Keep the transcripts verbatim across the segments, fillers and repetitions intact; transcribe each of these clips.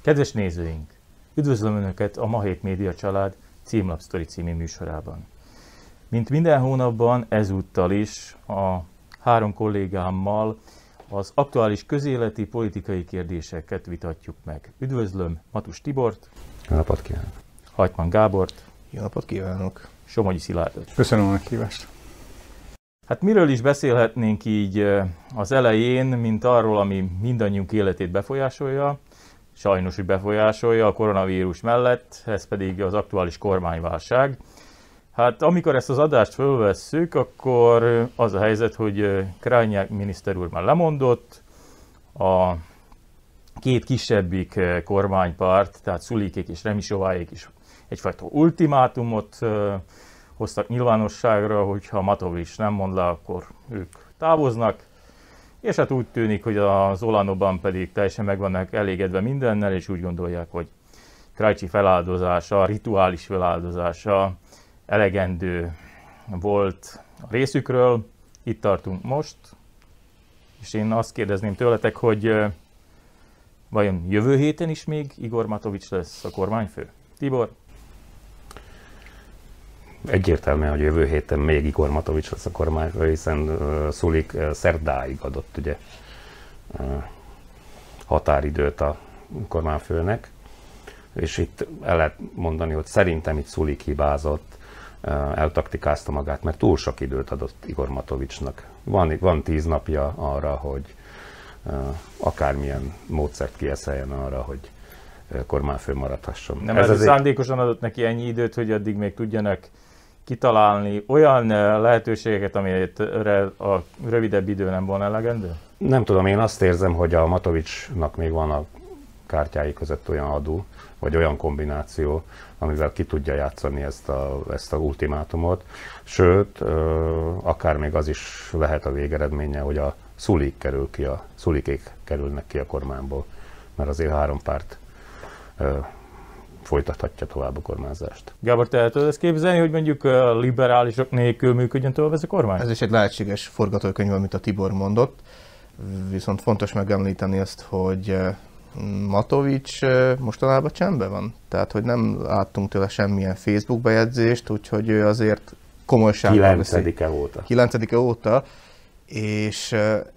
Kedves nézőink! Üdvözlöm Önöket a Mahét Média Család Címlapsztori című műsorában. Mint minden hónapban, ezúttal is a három kollégámmal az aktuális közéleti politikai kérdéseket vitatjuk meg. Üdvözlöm Matus Tibort. Jó napot kívánok! Hajtman Gábort. Jó napot kívánok! Somogyi Szilárdot. Köszönöm a meghívást! Hát miről is beszélhetnénk így az elején, mint arról, ami mindannyiunk életét befolyásolja, sajnos, hogy befolyásolja a koronavírus mellett, ez pedig az aktuális kormányválság. Hát amikor ezt az adást fölvesszük, akkor az a helyzet, hogy Krajniak miniszter úr már lemondott, a két kisebbik kormánypárt, tehát Szulikék és Remisováék is egyfajta ultimátumot hoztak nyilvánosságra, hogyha Matovics nem mond le, akkor ők távoznak. És hát úgy tűnik, hogy az Olanoban pedig teljesen meg vannak elégedve mindennel, és úgy gondolják, hogy Krajcsi feláldozása, rituális feláldozása elegendő volt a részükről. Itt tartunk most, és én azt kérdezném tőletek, hogy vajon jövő héten is még Igor Matovics lesz a kormányfő? Tibor? Egyértelműen, hogy jövő héten még Igor Matovics lesz a kormányfő, hiszen uh, Szulik uh, szerdáig adott ugye, uh, határidőt a kormányfőnek, és itt el lehet mondani, hogy szerintem itt Szulik hibázott, uh, eltaktikázta magát, mert túl sok időt adott Igor Matovicsnak. Van, van tíz napja arra, hogy uh, akármilyen módszert kieszeljen arra, hogy uh, kormányfő maradhasson. Nem, ez, ez szándékosan adott neki ennyi időt, hogy addig még tudjanak kitalálni olyan lehetőségeket, amelyre a rövidebb idő nem volna elegendő? Nem tudom, én azt érzem, hogy a Matovicsnak még van a kártyái között olyan adó, vagy olyan kombináció, amivel ki tudja játszani ezt a, ezt a ultimátumot. Sőt, akár még az is lehet a végeredménye, hogy a Szulik kerül ki, a Szulikék kerülnek ki a kormányból, mert azért három párt folytathatja tovább a kormányzást. Gábor, te el tudod ezt képzelni, hogy mondjuk a liberálisok nélkül működjön tovább ez a kormány? Ez is egy lehetséges forgatókönyv, amit a Tibor mondott, viszont fontos megemlíteni azt, hogy Matovics mostanában csendben van. Tehát, hogy nem láttunk tőle semmilyen Facebook bejegyzést, úgyhogy ő azért komolysággal kilencedike óta. kilencedike óta. És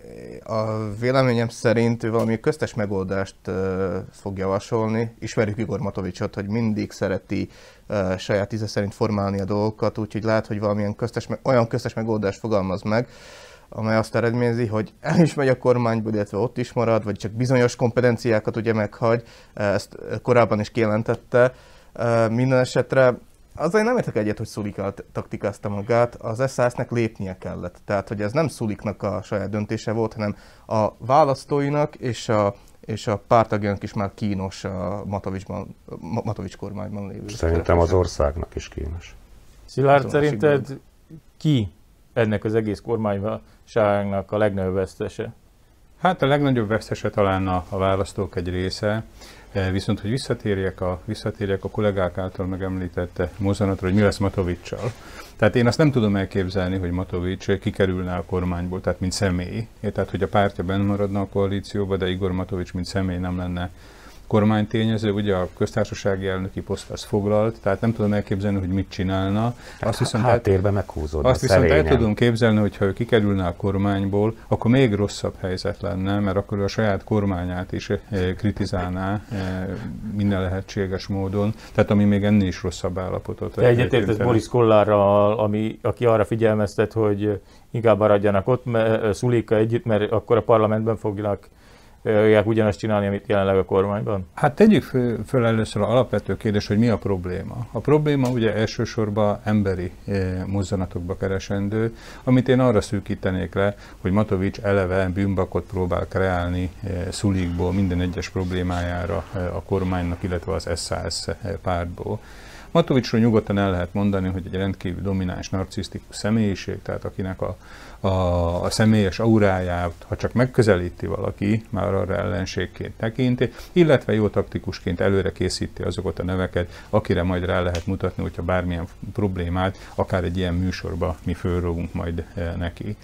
a véleményem szerint ő valami köztes megoldást fog javasolni. Ismerjük Igor Matovicsot, hogy mindig szereti saját íze szerint formálni a dolgokat, úgyhogy lehet, hogy valamilyen köztes, olyan köztes megoldást fogalmaz meg, amely azt eredményezi, hogy el is megy a kormányból, illetve ott is marad, vagy csak bizonyos kompetenciákat ugye meghagy, ezt korábban is kijelentette. Minden esetre azzal én nem értek egyet, hogy Szulik taktikázta magát, az es zé es nek lépnie kellett. Tehát, hogy ez nem Szuliknak a saját döntése volt, hanem a választóinak és a, és a párttagjának is már kínos a Matovicsban, Matovics kormányban lévő. Szerintem az országnak is kínos. Szilárd, szerinted ki ennek az egész kormányválságnak a legnagyobb vesztese? Hát a legnagyobb vesztese talán a, a választók egy része, viszont hogy visszatérjek a, visszatérjek a kollégák által megemlített mozzanatra, hogy mi lesz Matovicsal. Tehát én azt nem tudom elképzelni, hogy Matovics kikerülne a kormányból, tehát mint személy, tehát hogy a pártja benn maradna a koalícióba, de Igor Matovics mint személy nem lenne kormánytényező, ugye a köztársasági elnöki poszt az foglalt, tehát nem tudom elképzelni, hogy mit csinálna. Azt viszont háttérbe meghúzódna. Azt viszont el tudom képzelni, hogy ha ő kikerülne a kormányból, akkor még rosszabb helyzet lenne, mert akkor a saját kormányát is kritizálná minden lehetséges módon, tehát ami még ennél is rosszabb állapotot. Te egyetértesz Boris Kollárral, ami, aki arra figyelmeztet, hogy inkább maradjanak ott Szulikkal együtt, mert akkor a parlamentben fogják ugyanazt csinálni, amit jelenleg a kormányban? Hát tegyük föl, föl először az alapvető kérdés, hogy mi a probléma. A probléma ugye elsősorban emberi eh, mozzanatokba keresendő, amit én arra szűkítenék le, hogy Matovics eleve bűnbakot próbál kreálni eh, Szulikból minden egyes problémájára eh, a kormánynak, illetve az es zé es pártból. Matovicsról nyugodtan el lehet mondani, hogy egy rendkívül domináns, narcisztikus személyiség, tehát akinek a, a, a személyes auráját, ha csak megközelíti valaki, már arra ellenségként tekinti, illetve jó taktikusként előre készíti azokat a neveket, akire majd rá lehet mutatni, hogyha bármilyen problémát, akár egy ilyen műsorba mi fölrógunk majd neki.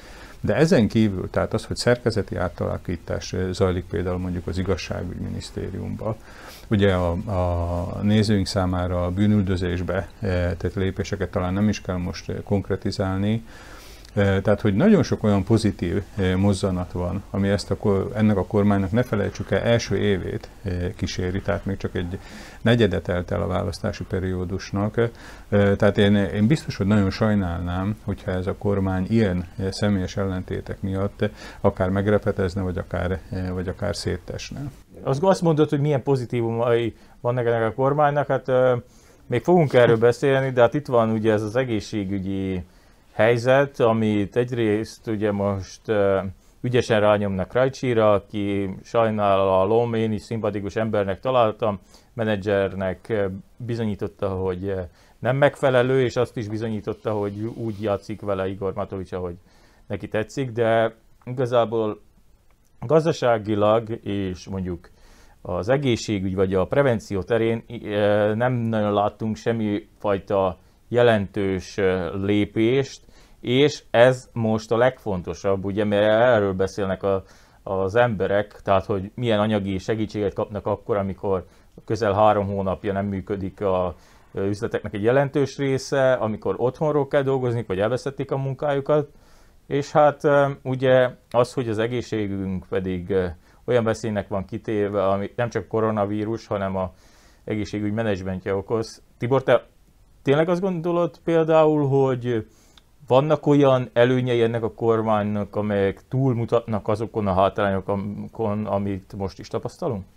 De ezen kívül, tehát az, hogy szerkezeti átalakítás zajlik például mondjuk az igazságügyminisztériumban, ugye a, a nézőink számára a bűnüldözésbe tett lépéseket talán nem is kell most konkretizálni, tehát, hogy nagyon sok olyan pozitív mozzanat van, ami ezt a, ennek a kormánynak, ne felejtsük el, első évét kíséri, tehát még csak egy negyedet telt el a választási periódusnak. Tehát én, én biztos, hogy nagyon sajnálnám, hogyha ez a kormány ilyen személyes ellentétek miatt akár megrepetezne, vagy akár, vagy akár széttesne. Azt mondod, hogy milyen pozitívumai vannak ennek a kormánynak, hát még fogunk erről beszélni, de hát itt van ugye ez az egészségügyi helyzet, amit egyrészt ugye most uh, ügyesen rányomnak Krajcsira, aki sajnálom, én is szimpatikus embernek találtam, menedzsernek uh, bizonyította, hogy uh, nem megfelelő, és azt is bizonyította, hogy úgy játszik vele Igor Matovics, ahogy neki tetszik, de igazából gazdaságilag és mondjuk az egészségügy vagy a prevenció terén uh, nem nagyon láttunk semmi fajta jelentős lépést, és ez most a legfontosabb, ugye, mert erről beszélnek a, az emberek, tehát hogy milyen anyagi segítséget kapnak akkor, amikor közel három hónapja nem működik a üzleteknek egy jelentős része, amikor otthonról kell dolgozni, vagy elvesztették a munkájukat, és hát ugye az, hogy az egészségünk pedig olyan veszélynek van kitéve, ami nem csak koronavírus, hanem a egészségügy menedzsmentje okoz. Tibor, te tényleg azt gondolod például, hogy vannak olyan előnyei ennek a kormánynak, amelyek túlmutatnak azokon a hátrányokon, amit most is tapasztalunk?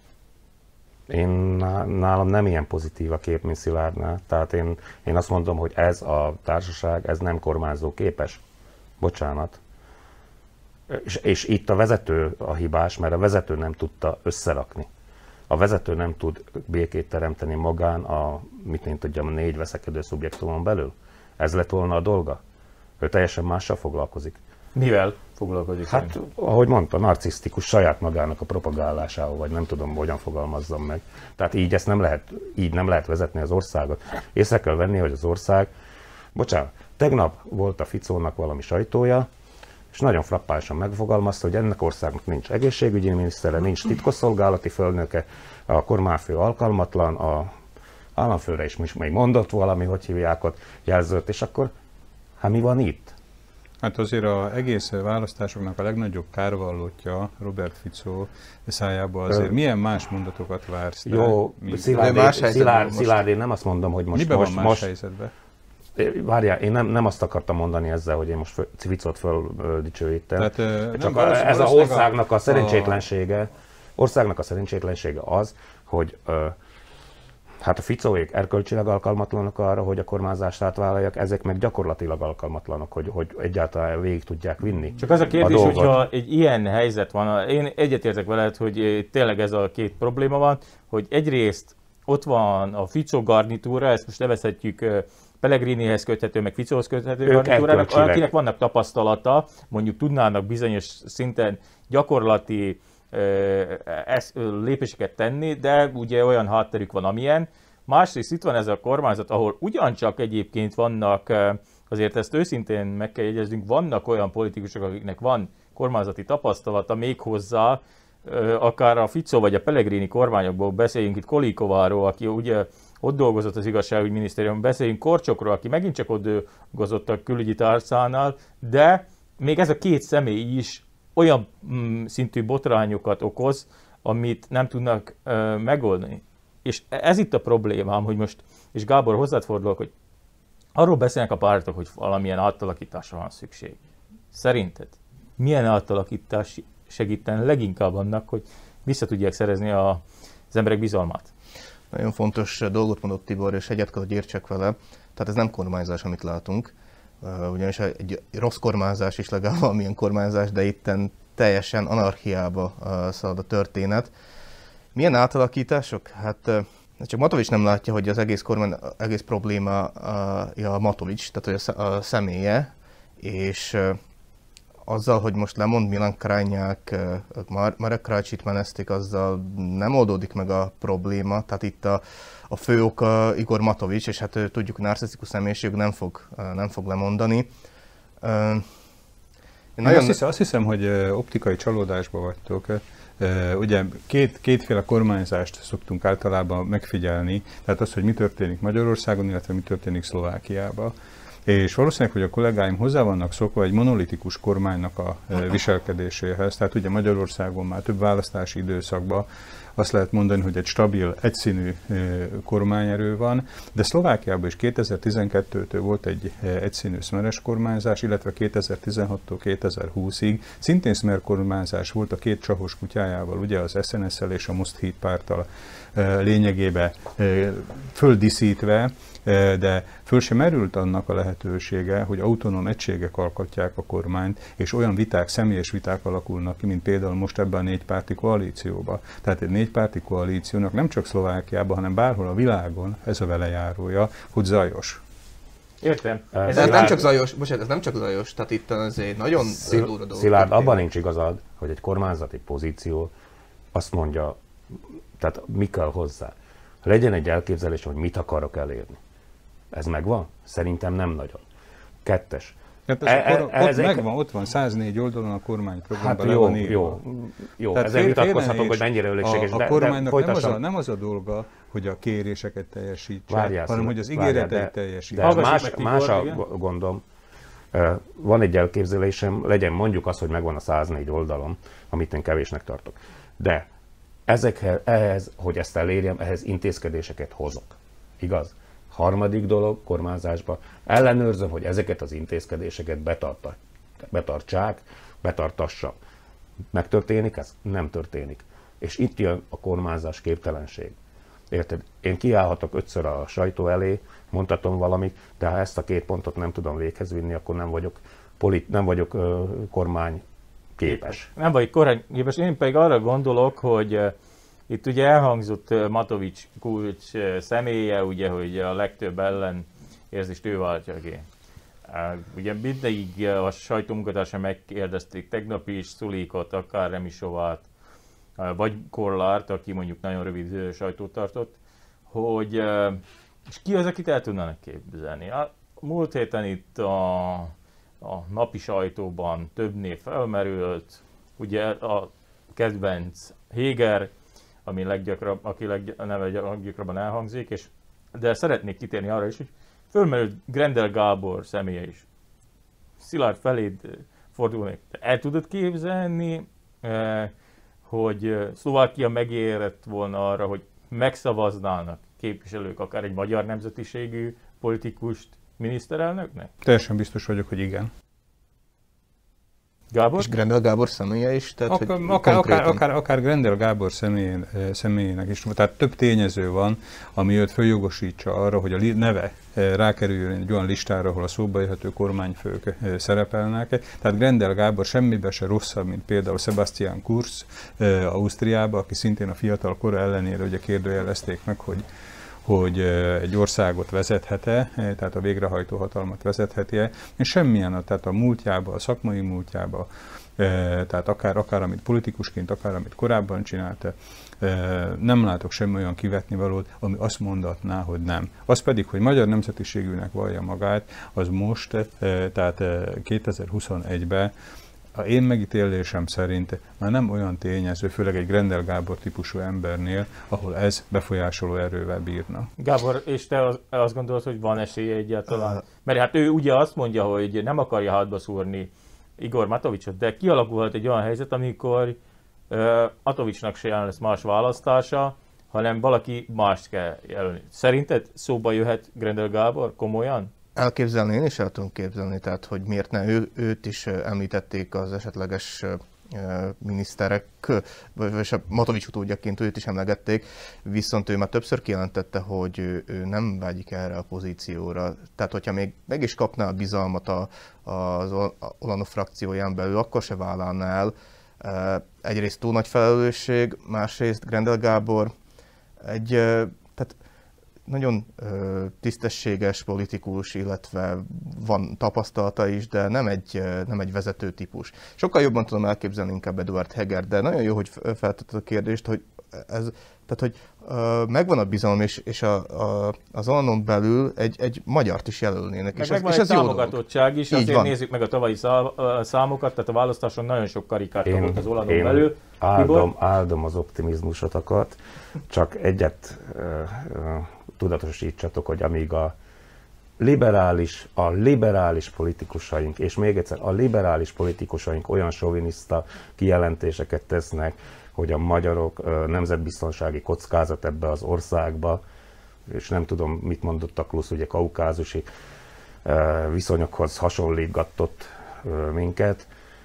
Én nálam nem ilyen pozitív a kép, mint Szilárdnál. Tehát én, én azt mondom, hogy ez a társaság, ez nem kormányzó képes. Bocsánat. És, és itt a vezető a hibás, mert a vezető nem tudta összerakni. A vezető nem tud békét teremteni magán a, mit én tudjam, négy veszekedő szubjektumon belül. Ez lett volna a dolga. Ő teljesen mással foglalkozik. Mivel foglalkozik? Hát, szerint? ahogy mondta, narcisztikus saját magának a propagálásával, vagy nem tudom, hogyan fogalmazzam meg. Tehát így ezt nem lehet, így nem lehet vezetni az országot. Észre kell venni, hogy az ország, bocsánat, tegnap volt a Ficónak valami sajtója, és nagyon frappánsan megfogalmazta, hogy ennek országnak nincs egészségügyi minisztere, nincs titkosszolgálati főnöke, a kormányfő alkalmatlan, a államfőre is most még mondott valami, hogy hívják ott, jelzőt, és akkor hát mi van itt? Hát azért az egész választásoknak a legnagyobb kárvallótja Robert Fico szájából azért. Ö... Milyen más mondatokat vársz? Jó, Szilárd, Szilárd, Szilárd, én nem azt mondom, hogy most... Miben most, van más most, helyzetben? Várjál, én nem, nem azt akartam mondani ezzel, hogy én most Ficót földicsőítem. Csak a, ez az országnak a szerencsétlensége, országnak a szerencsétlensége az, hogy ö, hát a Ficóék erkölcsileg alkalmatlanok arra, hogy a kormányzást átvállalják, ezek meg gyakorlatilag alkalmatlanok, hogy, hogy egyáltalán végig tudják vinni. Csak az a kérdés, a hogyha egy ilyen helyzet van, én egyetértek veled, hogy tényleg ez a két probléma van, hogy egyrészt ott van a Fico garnitúra, ezt most nevezhetjük Pellegrinihez köthető, meg Ficóhoz köthető garnitúrának, akinek vannak tapasztalata, mondjuk tudnának bizonyos szinten gyakorlati ezt, lépéseket tenni, de ugye olyan hátterük van, amilyen. Másrészt itt van ez a kormányzat, ahol ugyancsak egyébként vannak, azért ezt őszintén meg kell jegyeznünk, vannak olyan politikusok, akiknek van kormányzati tapasztalata, méghozzá akár a Fico vagy a Pellegrini kormányokból beszéljünk itt Kolikováról, aki ugye ott dolgozott az igazságügyminisztériumban, beszéljünk Korcsokról, aki megint csak ott dolgozott a külügyi tárcánál, de még ez a két személy is olyan mm, szintű botrányokat okoz, amit nem tudnak ö, megoldani. És ez itt a problémám, hogy most, és Gábor, hozzád fordulok, hogy arról beszélnek a pártok, hogy valamilyen átalakításra van szükség. Szerinted milyen átalakítás segítene leginkább annak, hogy vissza tudják szerezni a, az emberek bizalmát? Nagyon fontos dolgot mondott Tibor, és egyet kell, hogy értsek vele. Tehát ez nem kormányzás, amit látunk. Ugyanis egy rossz kormányzás is legalább valamilyen kormányzás, de itten teljesen anarchiába szalad a történet. Milyen átalakítások? Hát csak Matovics nem látja, hogy az egész kormány, egész probléma a, a Matovics, tehát hogy a személye, és azzal, hogy most lemond Milan Krajnyak, Marek Krajcsit menesztik, azzal nem oldódik meg a probléma. Tehát itt a, a fő oka Igor Matovics, és hát tudjuk, hogy narcisztikus személyiség nem fog, nem fog lemondani. nagyon... azt, hiszem, azt hiszem, hogy optikai csalódásban vagytok. Ugye két, kétféle kormányzást szoktunk általában megfigyelni, tehát az, hogy mi történik Magyarországon, illetve mi történik Szlovákiában. És valószínűleg, hogy a kollégáim hozzá vannak szokva egy monolitikus kormánynak a viselkedéséhez, tehát ugye Magyarországon már több választási időszakban azt lehet mondani, hogy egy stabil, egyszínű kormányerő van, de Szlovákiában is kétezer-tizenkettőtől volt egy egyszínű szmeres kormányzás, illetve kétezer-tizenhattól kétezer-húszig szintén szmer kormányzás volt a két csahos kutyájával, ugye az es en es-szel és a Most Híd párttal lényegében földíszítve, de föl sem merült annak a lehetősége, hogy autonóm egységek alkotják a kormányt, és olyan viták, személyes viták alakulnak ki, mint például most ebben a négypárti koalícióban. Tehát egy négypárti koalíciónak nem csak Szlovákiában, hanem bárhol a világon ez a velejárója, hogy zajos. Értem. Ez, ez nem csak zajos, bocsánat, ez nem csak zajos, tehát itt azért nagyon Szil- durva dolgok. Szilárd, abban nincs igazad, hogy egy kormányzati pozíció azt mondja, tehát mi kell hozzá. Legyen egy elképzelés, hogy mit akarok elérni. Ez megvan? Szerintem nem nagyon. Kettes. Hát ez e, kor, ott ezek... megvan, ott van száznégy oldalon a kormányprogramban. Hát jó, jó, jó. Ezen vitatkozhatunk, hogy mennyire elégséges. A, a kormánynak de, de nem, az a, nem az a dolga, hogy a kéréseket teljesítse, Várjál, hanem hogy az ígéreteit teljesítse. De más, más a gondom. Van egy elképzelésem, legyen mondjuk az, hogy megvan a száznégy oldalon, amit én kevésnek tartok. De ezekhez, ehhez, hogy ezt elérjem, ehhez intézkedéseket hozok. Igaz? Harmadik dolog kormányzásban, ellenőrzöm, hogy ezeket az intézkedéseket betarta, betartsák, betartassam. Megtörténik ez? Nem történik. És itt jön a kormányzás képtelenség. Érted? Én kiállhatok ötször a sajtó elé, mondhatom valamit, de ha ezt a két pontot nem tudom véghez vinni, akkor nem vagyok, polit, nem vagyok uh, kormány képes. Nem vagy kormányképes. Én pedig arra gondolok, hogy uh, itt ugye elhangzott uh, Matovics kulcs uh, személye, ugye, hogy a legtöbb ellenérzést ő váltja ki. Uh, ugye mindig uh, a sajtómunkatársa megkérdezték tegnap is Szulikot, akár Remisovát, uh, vagy Kollárt, aki mondjuk nagyon rövid uh, sajtót tartott, hogy uh, és ki az, akit el tudnának képzelni. A múlt héten itt a, a napi sajtóban több név felmerült, ugye a kedvenc Héger, ami leggyakrabb, aki leg, neve leggyakrabban elhangzik, és, de szeretnék kitérni arra is, hogy fölmerült Grendel Gábor személye is. Szilárd, feléd fordulnék. El tudod képzelni, hogy Szlovákia megérett volna arra, hogy megszavaznának képviselők akár egy magyar nemzetiségű politikust miniszterelnöknek? Teljesen biztos vagyok, hogy igen. Gábor? És Grendel Gábor személye is? Tehát, akár, hogy akár, akár, akár, akár Grendel Gábor személyén, személyének is. Tehát több tényező van, ami őt följogosítsa arra, hogy a neve rákerüljön egy olyan listára, ahol a szóba jöhető kormányfők szerepelnek. Tehát Grendel Gábor semmibe se rosszabb, mint például Sebastian Kurz Ausztriába, aki szintén a fiatal kora ellenére ugye kérdőjelezték meg, hogy hogy egy országot vezethet-e, tehát a végrehajtó hatalmat vezetheti-e, és semmilyen, tehát a múltjába, a szakmai múltjába, tehát akár, akár amit politikusként, akár amit korábban csinált, nem látok semmi olyan kivetnivalót, ami azt mondatná, hogy nem. Az pedig, hogy magyar nemzetiségűnek vallja magát, az most, tehát kétezer-huszonegyben a én megítélésem szerint már nem olyan tényező, főleg egy Grendel Gábor típusú embernél, ahol ez befolyásoló erővel bírna. Gábor, és te az, azt gondolod, hogy van esélye egyáltalán? Mert hát ő ugye azt mondja, hogy nem akarja hátba szúrni Igor Matovicsot, de kialakulhat egy olyan helyzet, amikor uh, Matovicsnak se lesz más választása, hanem valaki mást kell jelölni. Szerinted szóba jöhet Grendel Gábor komolyan? Elképzelni, én is el tudom képzelni, tehát hogy miért ne, ő, őt is említették az esetleges miniszterek, vagy a Matovics utódjaként őt is emlegették, viszont ő már többször kijelentette, hogy ő, ő nem vágyik erre a pozícióra. Tehát, hogyha még meg is kapná a bizalmat a, az Olano frakcióján belül, akkor se vállalná el. Egyrészt túl nagy felelősség, másrészt Grendel Gábor egy, tehát nagyon ö, tisztességes politikus, illetve van tapasztalata is, de nem egy, nem egy vezető típus. Sokkal jobban tudom elképzelni inkább Eduard Heger, de nagyon jó, hogy feltetted a kérdést, hogy ez, tehát, hogy uh, megvan a bizalom, és, és a, a, az Annon belül egy, egy magyart is jelölnének. Meg és megvan ez, egy és ez támogatottság is, Így azért van. nézzük meg a tavalyi számokat, tehát a választáson nagyon sok karikáta volt az Olanon belül. Áldom, áldom az optimizmusotokat, csak egyet uh, uh, tudatosítsatok, hogy amíg a liberális, a liberális politikusaink, és még egyszer, a liberális politikusaink olyan soviniszta kijelentéseket tesznek, hogy a magyarok uh, nemzetbiztonsági kockázat ebbe az országba, és nem tudom, mit mondott a Klusz, ugye kaukázusi uh, viszonyokhoz hasonlítgatott uh, minket.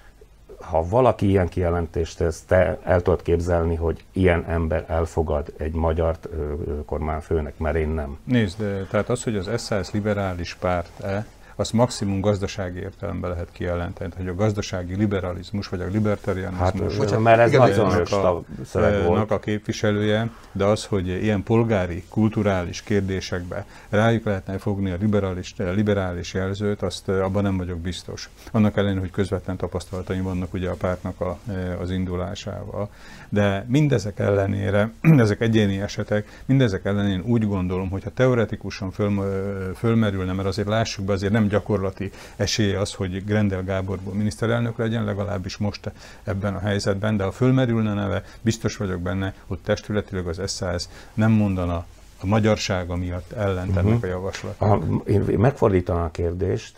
Ha valaki ilyen kijelentést tesz, te el tudod képzelni, hogy ilyen ember elfogad egy magyar kormányfőnek, mert én nem. Nézd, tehát az, hogy az es zé es liberális párt-e, azt maximum gazdasági értelemben lehet kijelenteni, hogy a gazdasági liberalizmus, vagy a libertarianizmus, hát, mert ez nacionalista szöveg volt. a képviselője, de az, hogy ilyen polgári, kulturális kérdésekbe rájuk lehetne fogni a liberális, liberális jelzőt, azt abban nem vagyok biztos. Annak ellenére, hogy közvetlen tapasztalataim vannak ugye a pártnak a, az indulásával. De mindezek ellenére, ezek egyéni esetek, mindezek ellenére úgy gondolom, hogy ha teoretikusan föl, fölmerülne, mert azért lássuk be, azért nem gyakorlati esélye az, hogy Grendel Gáborból miniszterelnök legyen, legalábbis most ebben a helyzetben, de ha fölmerülne neve, biztos vagyok benne, hogy testületileg az es zé es nem mondana a magyarsága miatt ellent ennek uh-huh. a javaslatnak. Én megfordítanám a kérdést,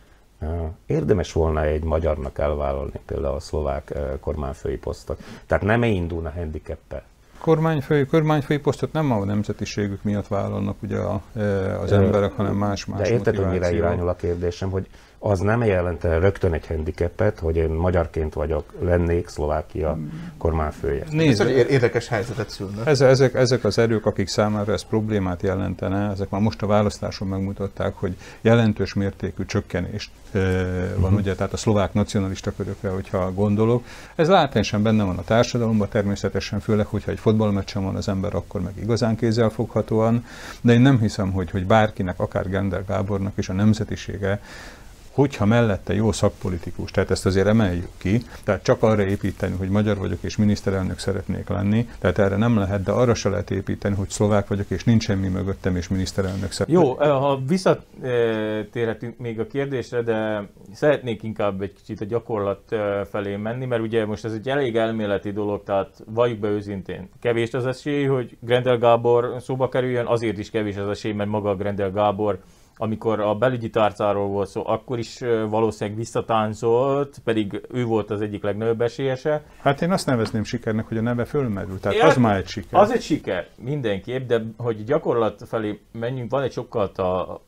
érdemes volna egy magyarnak elvállalni például a szlovák kormányfői posztot. Tehát nem indulna handicappel. Kormányfői, kormányfői posztot nem a nemzetiségük miatt vállalnak ugye a, az emberek, hanem más-más De érted, hogy mire irányul a kérdésem, hogy az nem jelentene rögtön egy handicapet, hogy én magyarként vagyok, lennék Szlovákia kormányfője. Nézd, ez egy érdekes helyzetet szülne. Ezek, ezek az erők, akik számára ez problémát jelentene, ezek már most a választáson megmutatták, hogy jelentős mértékű csökkenést e, van, uh-huh. ugye, tehát a szlovák nacionalista körökre, hogyha gondolok. Ez látensen benne van a társadalomban, természetesen, főleg, hogyha egy fotballmeccsen van az ember, akkor meg igazán kézzelfoghatóan, de én nem hiszem, hogy, hogy bárkinek, akár Grendel Gábornak is a nemzetisége, hogyha mellette jó szakpolitikus, tehát ezt azért emeljük ki, tehát csak arra építeni, hogy magyar vagyok és miniszterelnök szeretnék lenni, tehát erre nem lehet, de arra se lehet építeni, hogy szlovák vagyok és nincs semmi mögöttem és miniszterelnök szeretnék. Jó, ha visszatérhetünk még a kérdésre, de szeretnék inkább egy kicsit a gyakorlat felé menni, mert ugye most ez egy elég elméleti dolog, tehát valljuk be őszintén, kevés az esély, hogy Grendel Gábor szóba kerüljön, azért is kevés az esély, mert maga Grendel Gábor, amikor a belügyi tárcáról volt szó, akkor is valószínűleg visszatáncolt, pedig ő volt az egyik legnagyobb esélyese. Hát én azt nevezném sikernek, hogy a neve fölmerült, tehát ja, az már egy siker. Az egy siker, mindenképp, de hogy gyakorlat felé menjünk, van egy sokkal a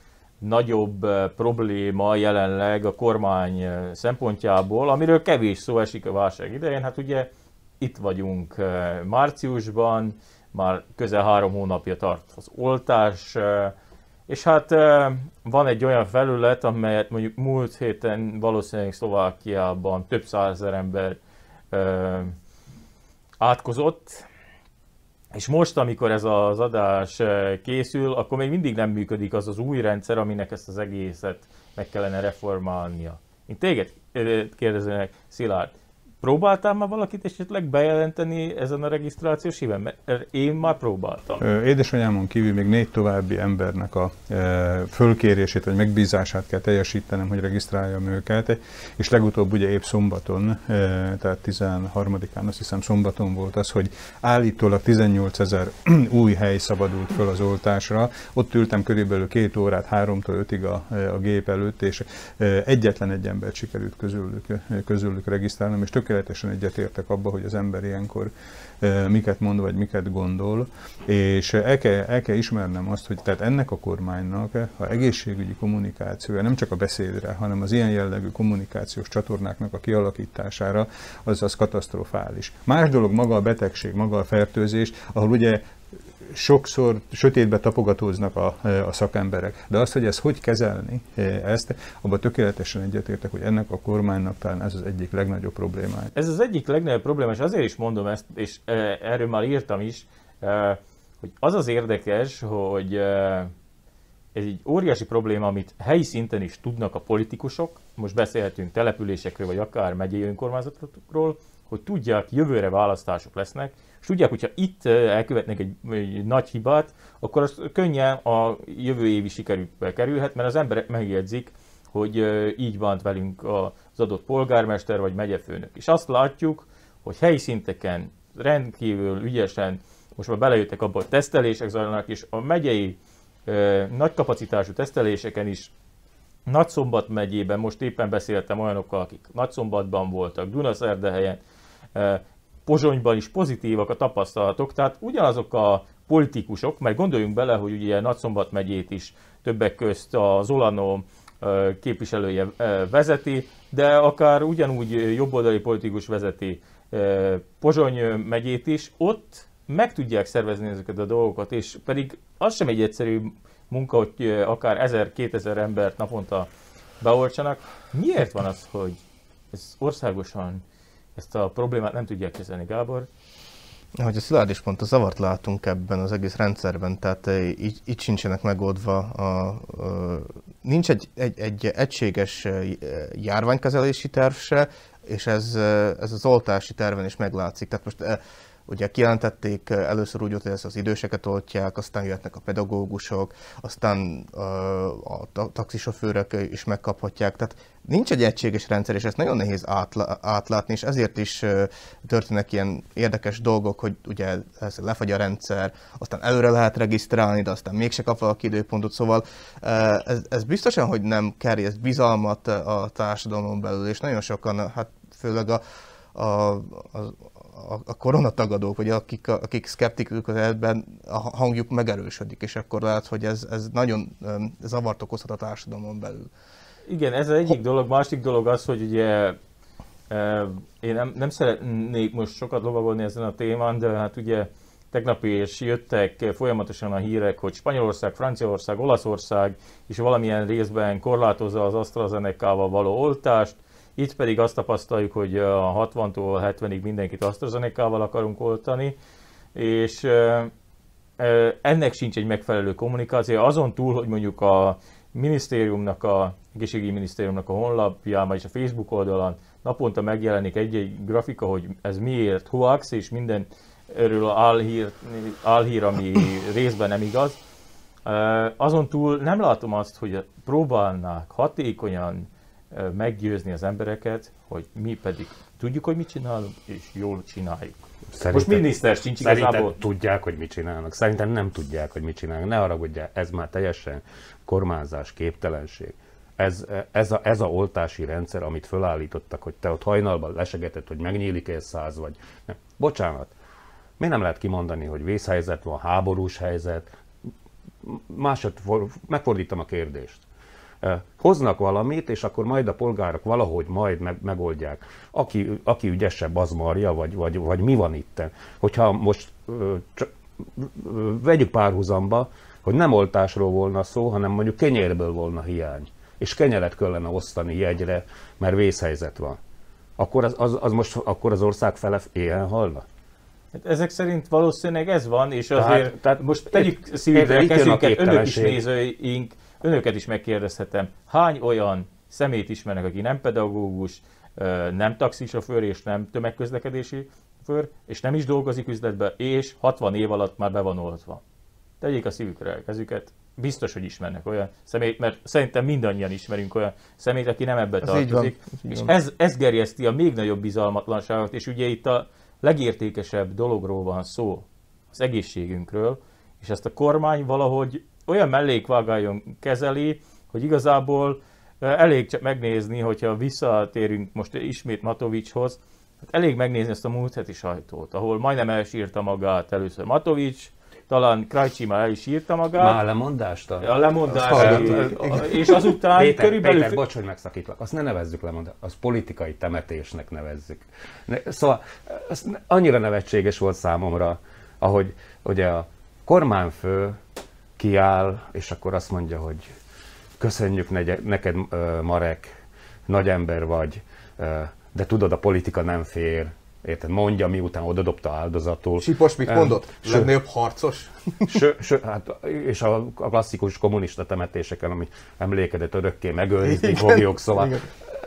nagyobb probléma jelenleg a kormány szempontjából, amiről kevés szó esik a válság idején. Hát ugye itt vagyunk márciusban, már közel három hónapja tart az oltás, és hát van egy olyan felület, amelyet mondjuk múlt héten valószínűleg Szlovákiában több százezer ember átkozott, és most, amikor ez az adás készül, akkor még mindig nem működik az az új rendszer, aminek ezt az egészet meg kellene reformálnia. Én téged kérdezőnek, Szilárd, próbáltál már valakit esetleg bejelenteni ezen a regisztrációs híven? Mert én már próbáltam. Édesanyámon kívül még négy további embernek a e, fölkérését vagy megbízását kell teljesítenem, hogy regisztráljam őket, és legutóbb ugye épp szombaton, e, tehát tizenharmadikán azt hiszem szombaton volt az, hogy állítólag tizennyolcezer új hely szabadult föl az oltásra. Ott ültem körülbelül két órát, háromtól ötig a, a gép előtt, és e, egyetlen egy embert sikerült közülük, közülük regisztrálnom, és tökéletesen egyetértek abba, hogy az ember ilyenkor e, miket mond, vagy miket gondol, és el kell, el kell ismernem azt, hogy tehát ennek a kormánynak a egészségügyi kommunikációja nem csak a beszédre, hanem az ilyen jellegű kommunikációs csatornáknak a kialakítására, az az katasztrofális. Más dolog maga a betegség, maga a fertőzés, ahol ugye sokszor sötétbe tapogatóznak a, a szakemberek. De azt, hogy ezt hogy kezelni, ezt, abban tökéletesen egyetértek, hogy ennek a kormánynak talán ez az egyik legnagyobb problémája. Ez az egyik legnagyobb probléma, és azért is mondom ezt, és erről már írtam is, hogy az az érdekes, hogy ez egy óriási probléma, amit helyi szinten is tudnak a politikusok, most beszélhetünk településekről, vagy akár megyei önkormányzatokról, hogy tudják, jövőre választások lesznek, és tudják, hogyha itt elkövetnek egy, egy nagy hibát, akkor az könnyen a jövő évi sikerükbe kerülhet, mert az emberek megjegyzik, hogy így bánt velünk az adott polgármester vagy megyefőnök. És azt látjuk, hogy helyi szinteken rendkívül ügyesen most már belejöttek abba, hogy tesztelések zajlanak, és a megyei nagy kapacitású teszteléseken is Nagyszombat megyében, most éppen beszéltem olyanokkal, akik Nagyszombatban voltak, Dunaszerdahelyen, Pozsonyban is pozitívak a tapasztalatok, tehát ugyanazok a politikusok, mert gondoljunk bele, hogy ugye Nagyszombat megyét is többek közt az Olano képviselője vezeti, de akár ugyanúgy jobboldali politikus vezeti Pozsony megyét is, ott meg tudják szervezni ezeket a dolgokat, és pedig az sem egy egyszerű munka, hogy akár ezer-kétezer embert naponta beoltsanak. Miért van az, hogy ez országosan ezt a problémát nem tudják kezelni, Gábor? Ahogy a Szilárd is mondta, zavart látunk ebben az egész rendszerben, tehát így, így sincsenek megoldva. A, a, nincs egy, egy, egy egységes járványkezelési terv se, és ez, ez az oltási terven is meglátszik. Tehát most ugye kijelentették először úgy, hogy ezt az időseket oltják, aztán jöhetnek a pedagógusok, aztán a taxisofőrök is megkaphatják. Tehát nincs egy egységes rendszer, és ezt nagyon nehéz átlátni, és ezért is történnek ilyen érdekes dolgok, hogy ugye ez lefagy a rendszer, aztán előre lehet regisztrálni, de aztán mégse kap valaki időpontot, szóval ez, ez biztosan, hogy nem kerjeszt bizalmat a társadalmon belül, és nagyon sokan, hát főleg a, a, a a koronatagadók, vagy akik, akik szkeptikusok ebben, a hangjuk megerősödik, és akkor lehet, hogy ez, ez nagyon zavart okozhat a társadalmon belül. Igen, ez az egyik dolog. Másik dolog az, hogy ugye én nem, nem szeretnék most sokat lovagolni ezen a témán, de hát ugye tegnap is jöttek folyamatosan a hírek, hogy Spanyolország, Franciaország, Olaszország is valamilyen részben korlátozza az AstraZeneca-val való oltást. Itt pedig azt tapasztaljuk, hogy a hatvantól hetvenig mindenkit AstraZeneca-val akarunk oltani, és ennek sincs egy megfelelő kommunikáció. Azon túl, hogy mondjuk a minisztériumnak, a egészségügyi minisztériumnak a honlapján, és a Facebook oldalán naponta megjelenik egy-egy grafika, hogy ez miért hoax, és minden erről álhír, álhír, ami részben nem igaz. Azon túl nem látom azt, hogy próbálnák hatékonyan meggyőzni az embereket, hogy mi pedig tudjuk, hogy mit csinálunk, és jól csináljuk. Szerintem, most miniszter sincs igazából. Szerintem tudják, hogy mit csinálnak. Szerintem nem tudják, hogy mit csinálnak. Ne haragudjál, ez már teljesen kormányzás, képtelenség. Ez, ez, a, ez a oltási rendszer, amit fölállítottak, hogy te ott hajnalban lesegetett, hogy megnyílik egy száz vagy. Nem. Bocsánat, miért nem lehet kimondani, hogy vészhelyzet van, háborús helyzet? Másod, megfordítom a kérdést. Hoznak valamit, és akkor majd a polgárok valahogy majd meg, megoldják. Aki, aki ügyesebb, az marja, vagy, vagy, vagy mi van itten. Hogyha most csak, vegyük párhuzamba, hogy nem oltásról volna szó, hanem mondjuk kenyérből volna hiány, és kenyeret kellene osztani jegyre, mert vészhelyzet van. Akkor az, az, az most akkor az ország fele éhen halna? Hát ezek szerint valószínűleg ez van, és azért tehát, tehát most tegyük szívre kezünket, önök is nézőink, önöket is megkérdezhetem, hány olyan személyt ismernek, aki nem pedagógus, nem taxisofőr és nem tömegközlekedési sofőr, és nem is dolgozik üzletben, és hatvan év alatt már be van oltva. Tegyék a szívükre a kezüket, biztos, hogy ismernek olyan személyt, mert szerintem mindannyian ismerünk olyan személyt, aki nem ebbe ez tartozik. Ez és ez, ez gerjeszti a még nagyobb bizalmatlanságot, és ugye itt a legértékesebb dologról van szó, az egészségünkről, és ezt a kormány valahogy olyan mellékvágályon kezeli, hogy igazából elég csak megnézni, hogyha visszatérünk most ismét Matovicshoz, hát elég megnézni ezt a múlt heti sajtót, ahol majdnem elsírta magát először Matovics, talán Krajcsi már el is írta magát. Már a lemondást? A, a lemondást. És azután Péter, körülbelül... Péter, bocs, hogy megszakítlak. Azt ne nevezzük lemondást, az politikai temetésnek nevezzük. Szóval az annyira nevetséges volt számomra, ahogy ugye a kormányfő kiáll, és akkor azt mondja, hogy köszönjük neked, Marek, nagy ember vagy, de tudod, a politika nem fér. Érted? Mondja, miután odadobta áldozatul. Sipos mit mondott? Legnagyobb harcos? Ső, ső, hát, és a, a klasszikus kommunista temetéseken, ami emlékedet örökké megőrizni fogjuk, szóval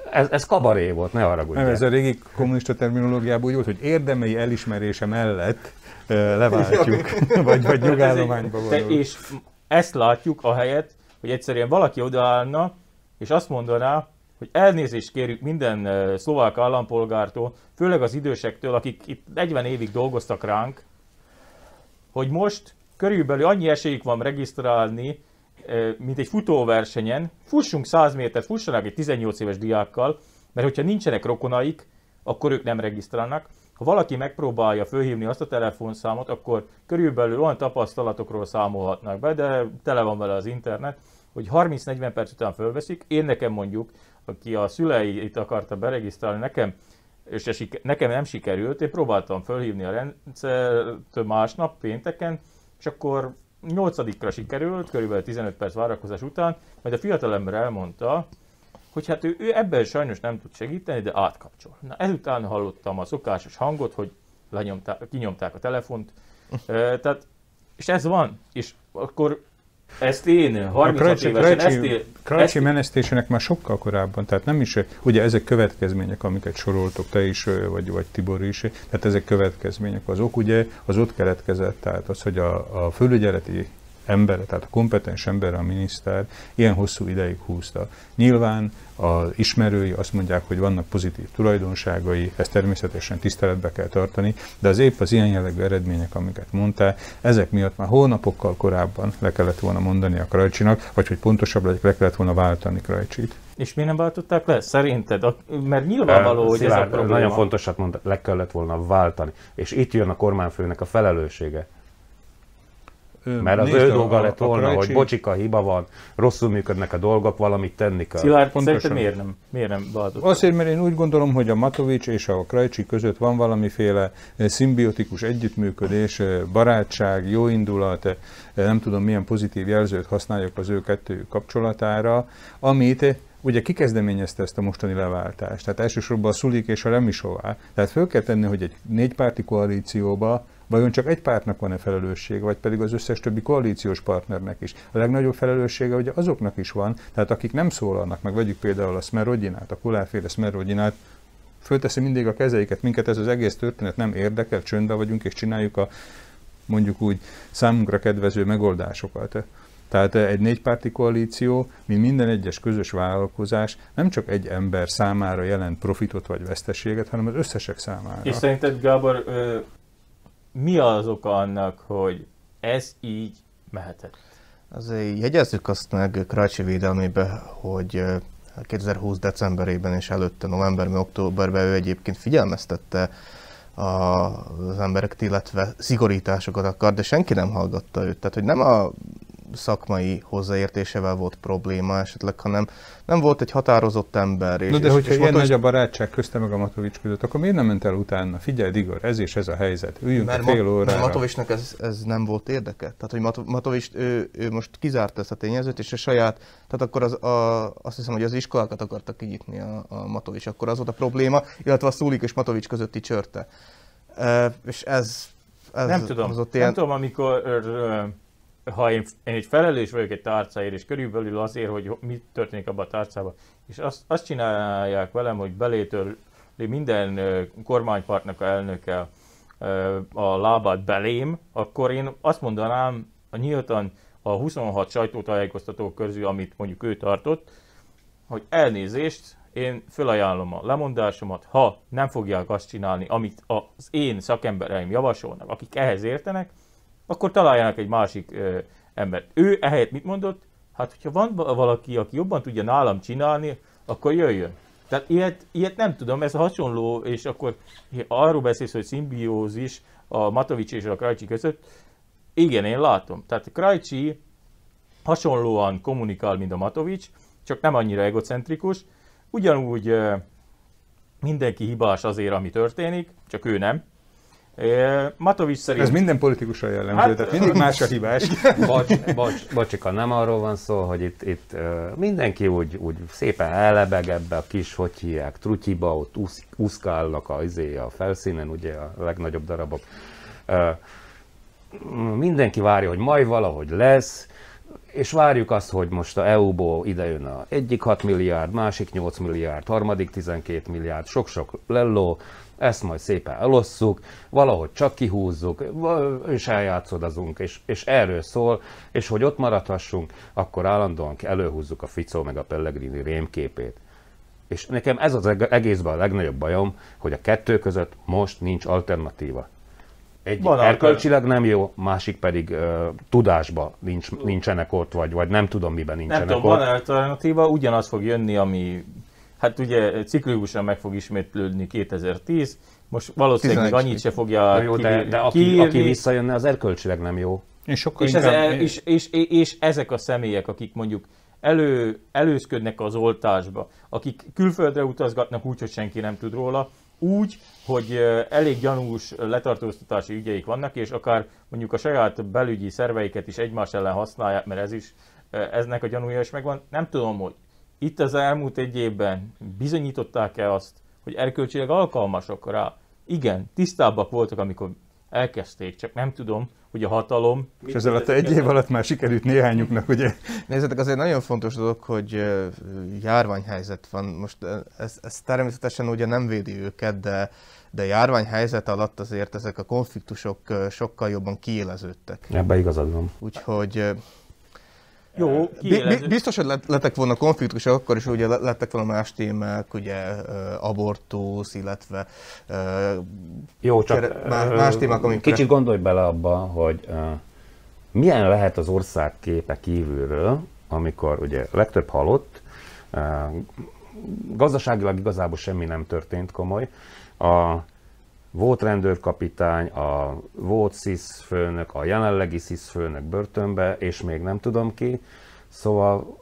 Ez, ez kabaré volt, ne haragudjál. Nem, ez a régi kommunista terminológiában úgy volt, hogy érdemei elismerése mellett uh, leváltjuk, vagy, vagy nyugállományba vonul. És ezt látjuk ahelyett, hogy egyszerűen valaki odaállna, és azt mondaná, hogy elnézést kérjük minden uh, szlovák állampolgártól, főleg az idősektől, akik itt negyven évig dolgoztak ránk, hogy most körülbelül annyi esélyük van regisztrálni, mint egy futóversenyen, fussunk száz métert, fussanak egy tizennyolc éves diákkal, mert hogyha nincsenek rokonaik, akkor ők nem regisztrálnak. Ha valaki megpróbálja fölhívni azt a telefonszámot, akkor körülbelül olyan tapasztalatokról számolhatnak be, de tele van vele az internet, hogy harminc-negyven perc után fölveszik. Én nekem mondjuk, aki a szüleit akarta beregisztrálni, nekem, és nekem nem sikerült, én próbáltam fölhívni a rendszert másnap, pénteken, és akkor nyolcadikra sikerült, körülbelül tizenöt perc várakozás után, majd a fiatalember elmondta, hogy hát ő, ő ebben sajnos nem tud segíteni, de átkapcsol. Na ezután hallottam a szokásos hangot, hogy lenyomták, kinyomták a telefont, e, tehát, és ez van, és akkor ezt én harminchat évesen, ezt én... Krajcsi menesztésének már sokkal korábban, tehát nem is, ugye ezek következmények, amiket soroltok te is, vagy, vagy Tibor is, tehát ezek következmények. Az ok ugye az ott keletkezett, tehát az, hogy a, a fölügyeleti embere, tehát a kompetens ember, a miniszter ilyen hosszú ideig húzta. Nyilván az ismerői azt mondják, hogy vannak pozitív tulajdonságai, ezt természetesen tiszteletbe kell tartani, de az épp az ilyen jellegű eredmények, amiket mondtál, ezek miatt már hónapokkal korábban le kellett volna mondani a Krajcsinak, vagy hogy pontosabb legyek, le kellett volna váltani Krajcsit. És miért nem váltották le? Szerinted? Mert nyilvánvaló, hogy Szilárd, ez a probléma. Nagyon fontosat mondta, le kellett volna váltani. És itt jön a kormányfőnek a felelőssége. Mert az ő dolga lett volna, Krajcsi... hogy bocsika, hiba van, rosszul működnek a dolgok, valamit tenni kell. Szilárd, szerinted miért nem, miért nem változott? Azért, mert én úgy gondolom, hogy a Matovics és a Krajcsi között van valamiféle szimbiotikus együttműködés, barátság, jóindulat, nem tudom milyen pozitív jelzőt használjak az ő kettő kapcsolatára, amit ugye kikezdeményezte ezt a mostani leváltást. Tehát elsősorban a Szulik és a Remisová. Tehát föl kell tenni, hogy egy négypárti koalícióba vajon csak egy pártnak van-e felelőssége, vagy pedig az összes többi koalíciós partnernek is. A legnagyobb felelőssége ugye azoknak is van, tehát akik nem szólalnak, meg vegyük például a Smerodinát, a Kulárféle Smerodinát, fölteszi mindig a kezeiket, minket ez az egész történet nem érdekel, csöndben vagyunk és csináljuk a mondjuk úgy számunkra kedvező megoldásokat. Tehát egy négypárti koalíció, mint minden egyes közös vállalkozás, nem csak egy ember számára jelent profitot vagy veszteséget, hanem az összesek számára. És szerinted, Gábor, ö, mi az oka annak, hogy ez így mehetett? Azért jegyezzük azt meg Krajcsi védelmébe, hogy kétezer-húsz decemberében és előtte novemberben, októberben ő egyébként figyelmeztette az embereket, illetve szigorításokat akar, de senki nem hallgatta őt. Tehát, hogy nem a szakmai hozzáértésével volt probléma esetleg, hanem nem volt egy határozott ember. És, no, de és, hogyha és ilyen Matovics... nagy a barátság közte meg a Matovics között, akkor miért nem ment el utána? Figyelj, Igor, ez és ez a helyzet. Üljünk mert fél Ma- órára. mert Matovicsnak ez, ez nem volt érdeke. Tehát, hogy Matovics, ő, ő most kizárta ezt a tényezőt, és a saját, tehát akkor az, a, azt hiszem, hogy az iskolákat akarta kinyitni a, a Matovics. Akkor az volt a probléma, illetve a Szulik és Matovics közötti csörte. E, és ez, ez nem tudom, ilyen... nem tudom, amikor ha én, én egy felelős vagyok egy tárcáért, és körülbelül azért, hogy mi történik abban a tárcában, és azt, azt csinálják velem, hogy belétől minden kormánypártnak a elnöke a lábát belém, akkor én azt mondanám, a nyíltan a huszonhat sajtótájékoztató közül, amit mondjuk ő tartott, hogy elnézést, én fölajánlom a lemondásomat, ha nem fogják azt csinálni, amit az én szakembereim javasolnak, akik ehhez értenek, akkor találjanak egy másik ö, embert. Ő ehelyett mit mondott? Hát, hogyha van valaki, aki jobban tudja nálam csinálni, akkor jöjjön. Tehát ilyet, ilyet nem tudom, ez hasonló, és akkor arról beszélsz, hogy szimbiózis a Matovics és a Krajcsi között. Igen, én látom. Tehát a Krajcsi hasonlóan kommunikál, mint a Matovics, csak nem annyira egocentrikus. Ugyanúgy ö, mindenki hibás azért, ami történik, csak ő nem. Matovics szerint... Ez minden politikusra jellemző, hát, tehát mindig más a hibás. Bocs, bocs, bocsika, nem arról van szó, hogy itt, itt uh, mindenki úgy, úgy szépen elebeg ebbe a kis, hogy hívják, trutyiba, ott úsz, úszkálnak a, a felszínen, ugye a legnagyobb darabok. Uh, mindenki várja, hogy majd valahogy lesz, és várjuk azt, hogy most a é u-ból idejön a egyik hat milliárd, másik nyolc milliárd, harmadik tizenkét milliárd, sok-sok lelló, ezt majd szépen elosszuk, valahogy csak kihúzzuk, és eljátszodazunk, és, és erről szól, és hogy ott maradhassunk, akkor állandóan előhúzzuk a Fico meg a Pellegrini rémképét. És nekem ez az egészben a legnagyobb bajom, hogy a kettő között most nincs alternatíva. Egyik van erkölcsileg nem jó, másik pedig uh, tudásban nincs, nincsenek ott, vagy, vagy nem tudom miben nincsenek nem tudom, ott. Van alternatíva, ugyanaz fog jönni, ami hát ugye ciklikusan meg fog ismétlődni kétezer-tíz, most valószínűleg még annyit se fogja jó, de, de aki, aki visszajönne, az erkölcsileg nem jó. És, és, inkább... ez, és, és, és, és ezek a személyek, akik mondjuk elő, előzködnek az oltásba, akik külföldre utazgatnak úgy, hogy senki nem tud róla, úgy, hogy elég gyanús letartóztatási ügyeik vannak, és akár mondjuk a saját belügyi szerveiket is egymás ellen használják, mert ez is, eznek a gyanúja is megvan. Nem tudom, hogy itt az elmúlt egy évben bizonyították-e azt, hogy erkölcsileg alkalmasok rá? Igen, tisztábbak voltak, amikor elkezdték, csak nem tudom, hogy a hatalom... És ez alatt egy év alatt már sikerült néhányuknak, ugye? Nézzétek, azért nagyon fontos dolog, hogy járványhelyzet van. Most ez, ez természetesen ugye nem védi őket, de, de járványhelyzet alatt azért ezek a konfliktusok sokkal jobban kiéleződtek. Ebben igazad van. Úgyhogy... Jó, kiélező. Biztos, hogy lettek volna konfliktusok, akkor is ugye lettek volna más témák, ugye abortusz, illetve jó, csak más témák, amikre... Kicsit gondolj bele abba, hogy uh, milyen lehet az ország képe kívülről, amikor ugye legtöbb halott, uh, gazdaságilag igazából semmi nem történt komoly, a volt rendőrkapitány, a volt szisz főnök, a jelenlegi szisz főnök börtönbe, és még nem tudom ki. Szóval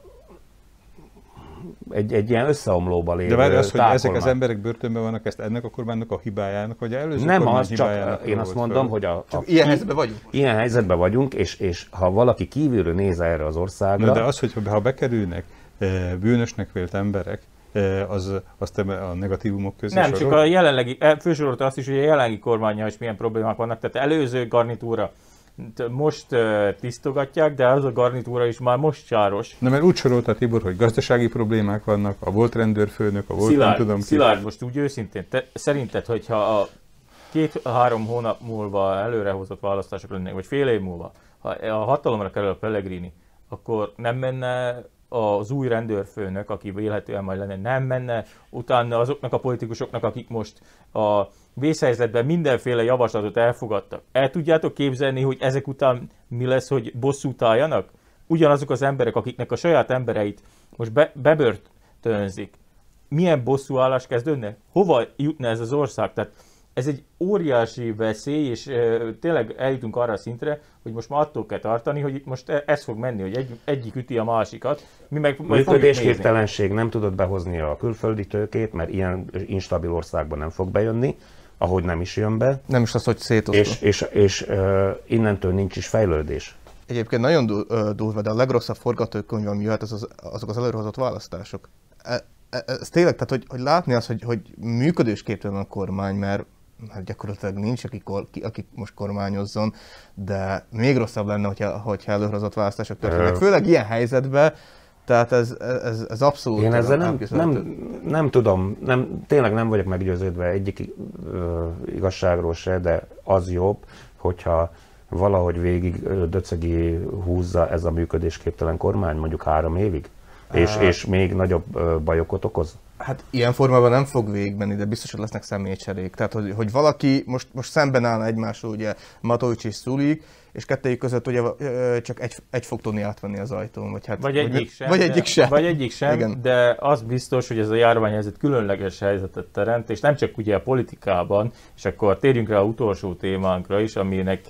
egy, egy ilyen összeomlóba lévő. De várj az, hogy ezek az emberek börtönben vannak, ezt ennek a kormánynak a hibájának, vagy előző nem kormány az, csak én azt mondom, föl. hogy a, a ilyen helyzetben vagyunk. Ilyen helyzetben vagyunk, és, és ha valaki kívülről néz erre az országra... Na, de az, hogy ha bekerülnek bűnösnek vélt emberek, az, azt a negatívumok közé Nem, sorol? csak a jelenlegi, fősorolta azt is, hogy a jelenlegi kormánnyal is milyen problémák vannak, tehát előző garnitúra most tisztogatják, de az a garnitúra is már most csáros. Na, mert úgy sorolta Tibor, hogy gazdasági problémák vannak, a volt rendőrfőnök, a volt Szilárd, nem tudom ki. Szilárd, most úgy őszintén, te, szerinted, hogyha a két-három hónap múlva előrehozott választások lennének, vagy fél év múlva, ha a hatalomra kerül a Pellegrini, akkor nem menne az új rendőrfőnök, aki vélhetően majd lenne, nem menne utána azoknak a politikusoknak, akik most a vészhelyzetben mindenféle javaslatot elfogadtak. El tudjátok képzelni, hogy ezek után mi lesz, hogy bosszút álljanak? Ugyanazok az emberek, akiknek a saját embereit most be, bebörtönzik. Milyen bosszúállás kezdődne? Hova jutna ez az ország? Tehát ez egy óriási veszély, és e, tényleg eljutunk arra a szintre, hogy most már attól kell tartani, hogy itt most ez fog menni, hogy egy, egyik üti a másikat. Mi meg majd működésképtelenség, nem tudod behozni a külföldi tőkét, mert ilyen instabil országban nem fog bejönni, ahogy nem is jön be. Nem is az, hogy szétosztó. És, és, és uh, innentől nincs is fejlődés. Egyébként nagyon durva, de a legrosszabb forgatókönyv, ami jöhet, az, az, azok az előrehozott választások. E, e, ez tényleg, tehát hogy, hogy látni azt, hogy, hogy működésképtelen a kormány, mert hát gyakorlatilag nincs, aki, aki most kormányozzon, de még rosszabb lenne, hogyha, hogyha előrehozott választások történnek. Főleg ilyen helyzetben, tehát ez, ez, ez abszolút... Én ezzel nem, nem, nem tudom, nem, tényleg nem vagyok meggyőződve egyik uh, igazságról se, de az jobb, hogyha valahogy végig döcögi húzza ez a működésképtelen kormány, mondjuk három évig, és, és még nagyobb uh, bajokat okoz. Hát ilyen formában nem fog végigmenni, de biztos, hogy lesznek személycserék. Tehát, hogy, hogy valaki most, most szemben áll egymással, ugye Matovics és Sulik, és kettőjük között ugye csak egy, egy fog tudni átvenni az ajtón. Vagy, hát, vagy egyik vagy, sem. Vagy egyik sem. Vagy egyik sem, Igen. De az biztos, hogy ez a járványhelyzet különleges helyzetet teremt, és nem csak ugye a politikában, és akkor térjünk rá az utolsó témánkra is, aminek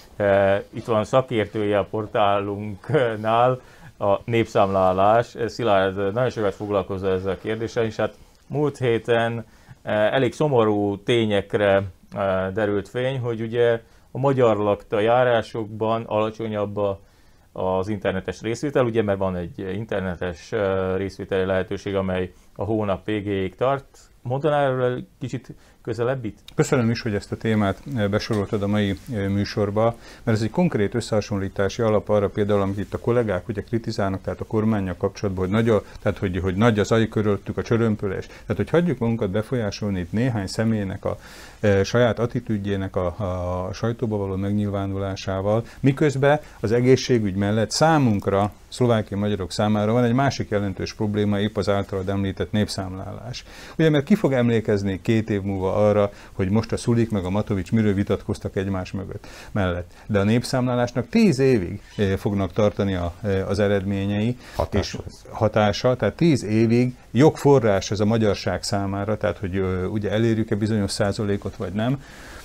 e, itt van szakértője a portálunknál, a népszámlálás. Szilárd nagyon sokat foglalkozza ezzel a kérdéssel, és hát múlt héten elég szomorú tényekre derült fény, hogy ugye a magyar lakta járásokban alacsonyabb az internetes részvétel, ugye, mert van egy internetes részvételi lehetőség, amely a hónap végéig tart. Mondaná erről kicsit közelebbit? Köszönöm is, hogy ezt a témát besoroltad a mai műsorba, mert ez egy konkrét összehasonlítási alap arra például, amit itt a kollégák ugye kritizálnak, tehát a kormánnyal kapcsolatban, hogy nagy, a, tehát, hogy, hogy nagy az aj körülöttük a csörömpölés. Tehát, hogy hagyjuk magunkat befolyásolni itt néhány személynek a e, saját attitűdjének a, a sajtóba való megnyilvánulásával, miközben az egészségügy mellett számunkra, szlovákiai magyarok számára van egy másik jelentős probléma, épp az általad említett népszámlálás. Ugye, mert ki fog emlékezni két év múlva arra, hogy most a Szulik meg a Matovics miről vitatkoztak egymás mögött mellett. De a népszámlálásnak tíz évig fognak tartani a, az eredményei hatása. és hatása, tehát tíz évig jogforrás ez a magyarság számára, tehát hogy ugye elérjük-e bizonyos százalékot vagy nem,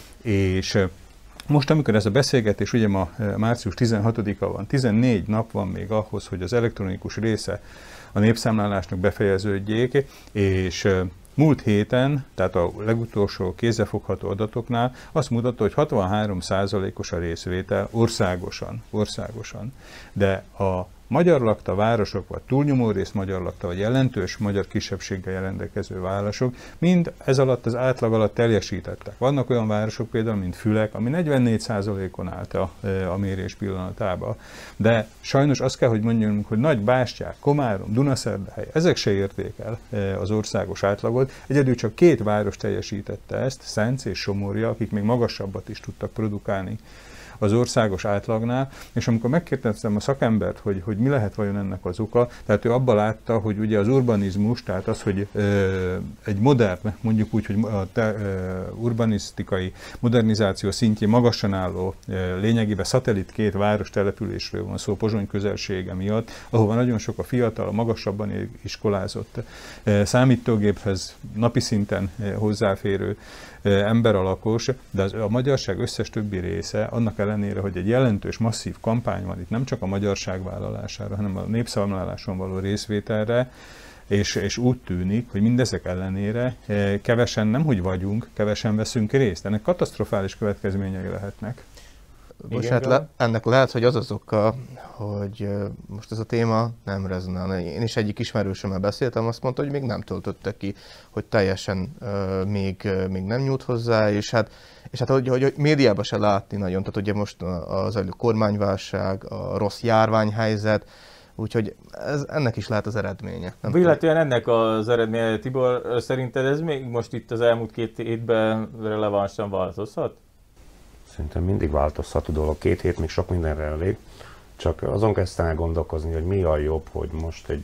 és most, amikor ez a beszélgetés, ugye ma március tizenhatodika van, tizennégy nap van még ahhoz, hogy az elektronikus része a népszámlálásnak befejeződjék, és múlt héten, tehát a legutolsó kézzelfogható adatoknál azt mutatta, hogy hatvanhárom százalékos a részvétel országosan, országosan. De a magyar lakta városok, vagy túlnyomó rész magyar lakta, vagy jelentős magyar kisebbséggel rendelkező városok mind ez alatt az átlag alatt teljesítettek. Vannak olyan városok például, mint Fülek, ami negyvennégy százalékon állt a, a mérés pillanatában. De sajnos azt kell, hogy mondjunk, hogy Nagy Bástyák, Komárom, Dunaszerdahely, ezek se érték el az országos átlagot. Egyedül csak két város teljesítette ezt, Szenc és Somorja, akik még magasabbat is tudtak produkálni az országos átlagnál, és amikor megkérdeztem a szakembert, hogy, hogy mi lehet vajon ennek az oka, tehát ő abban látta, hogy ugye az urbanizmus, tehát az, hogy ö, egy modern, mondjuk úgy, hogy a te, ö, urbanisztikai modernizáció szintjén magasan álló, ö, lényegében szatellit két város településről van szó, Pozsony közelsége miatt, ahova nagyon sok a fiatal, a magasabban iskolázott, ö, számítógéphez napi szinten ö, hozzáférő ember a lakos, de az, a magyarság összes többi része, annak ellenére, hogy egy jelentős, masszív kampány van itt nem csak a magyarság vállalására, hanem a népszámláláson való részvételre, és, és úgy tűnik, hogy mindezek ellenére kevesen nem hogy vagyunk, kevesen veszünk részt. Ennek katasztrofális következményei lehetnek. Most hát le, ennek lehet, hogy az az oka, hogy most ez a téma nem rezonál. Én is egyik ismerősömmel beszéltem, azt mondta, hogy még nem töltötte ki, hogy teljesen uh, még, uh, még nem nyújt hozzá, és hát, és hát hogy, hogy, hogy médiában se látni nagyon. Tehát ugye most az zajló kormányválság, a rossz járványhelyzet, úgyhogy ez, ennek is lehet az eredménye. Illetően ennek az eredménye, Tibor, szerinted ez még most itt az elmúlt két hétben relevánsan változhat? Szerintem mindig változható dolog. Két hét még sok mindenre elég. Csak azon kezdtem el gondolkozni, hogy mi a jobb, hogy most egy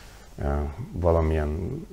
e, valamilyen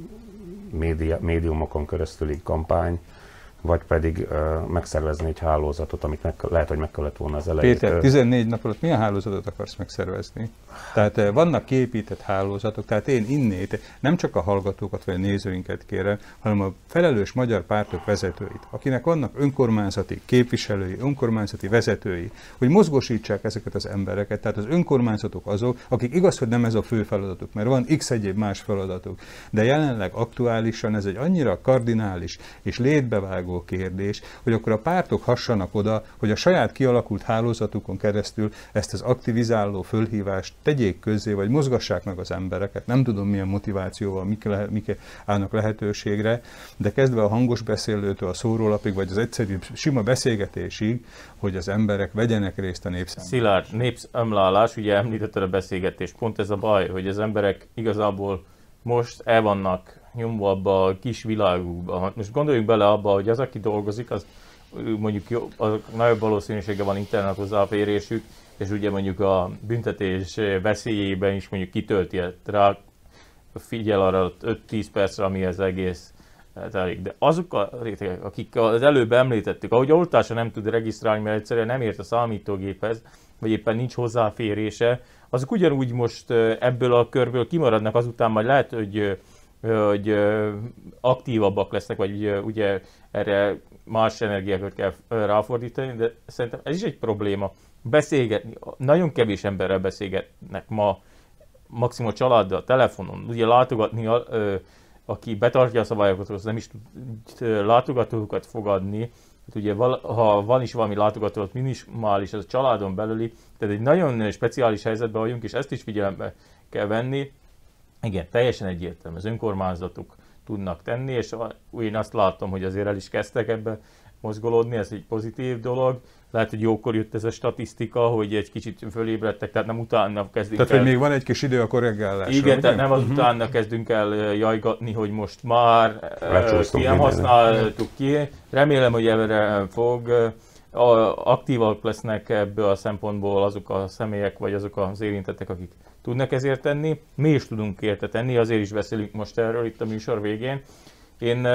média, médiumokon keresztüli kampány, vagy pedig uh, megszervezni egy hálózatot, amit meg, lehet, hogy meg kellett volna az elején. Péter, tizennégy nap alatt milyen hálózatot akarsz megszervezni? Tehát uh, vannak kiépített hálózatok, tehát én innét nem csak a hallgatókat vagy a nézőinket kérem, hanem a felelős magyar pártok vezetőit, akinek vannak önkormányzati képviselői, önkormányzati vezetői, hogy mozgósítsák ezeket az embereket. Tehát az önkormányzatok azok, akik igaz, hogy nem ez a fő feladatuk, mert van x egyéb más feladatuk, de jelenleg aktuálisan ez egy annyira kardinális és létbevágó kérdés, hogy akkor a pártok hassanak oda, hogy a saját kialakult hálózatukon keresztül ezt az aktivizáló fölhívást tegyék közzé, vagy mozgassák meg az embereket. Nem tudom, milyen motivációval, mik, lehet, mik állnak lehetőségre, de kezdve a hangos beszélőtől a szórólapig, vagy az egyszerű sima beszélgetésig, hogy az emberek vegyenek részt a népszámlálásban. Szilárd, népszámlálás, ugye említetted a beszélgetést, pont ez a baj, hogy az emberek igazából most el vannak nyomva abba a kis világukba. Most gondoljunk bele abba, hogy az, aki dolgozik, az mondjuk jó, az nagyobb valószínűsége van internet hozzáférésük, és ugye mondjuk a büntetés veszélyében is mondjuk kitölti rá, figyel arra öt-tíz percre, ami az egész elég. De azok a rétegek, akik az előbb említettük, ahogy oltása nem tud regisztrálni, mert egyszerűen nem ért a számítógéphez, vagy éppen nincs hozzáférése, azok ugyanúgy most ebből a körből kimaradnak, azután majd lehet, hogy hogy aktívabbak lesznek, vagy ugye erre más energiákat kell ráfordítani, de szerintem ez is egy probléma. Beszélgetni, nagyon kevés emberrel beszélgetnek ma, maximum a családdal, telefonon, ugye látogatni, aki betartja a szabályokat, az nem is tud látogatókat fogadni, hát ugye ha van is valami látogató, az minimális, az a családon belüli, tehát egy nagyon speciális helyzetben vagyunk, és ezt is figyelembe kell venni. Igen, teljesen egyértelmű. Az önkormányzatok tudnak tenni, és én azt látom, hogy azért el is kezdtek ebbe mozgolódni, ez egy pozitív dolog. Lehet, hogy jókor jött ez a statisztika, hogy egy kicsit fölébredtek, tehát nem utána kezdünk tehát, el... hogy még van egy kis idő a korrigálásra. Igen, ugye? Tehát nem az uh-huh. utána kezdünk el jajgatni, hogy most már ki nem minden. használtuk ki. Remélem, hogy erre fog. Aktívak lesznek ebből a szempontból azok a személyek, vagy azok az érintettek, akik tudnak ezért tenni. Mi is tudunk érte tenni, azért is beszélünk most erről itt a műsor végén. Én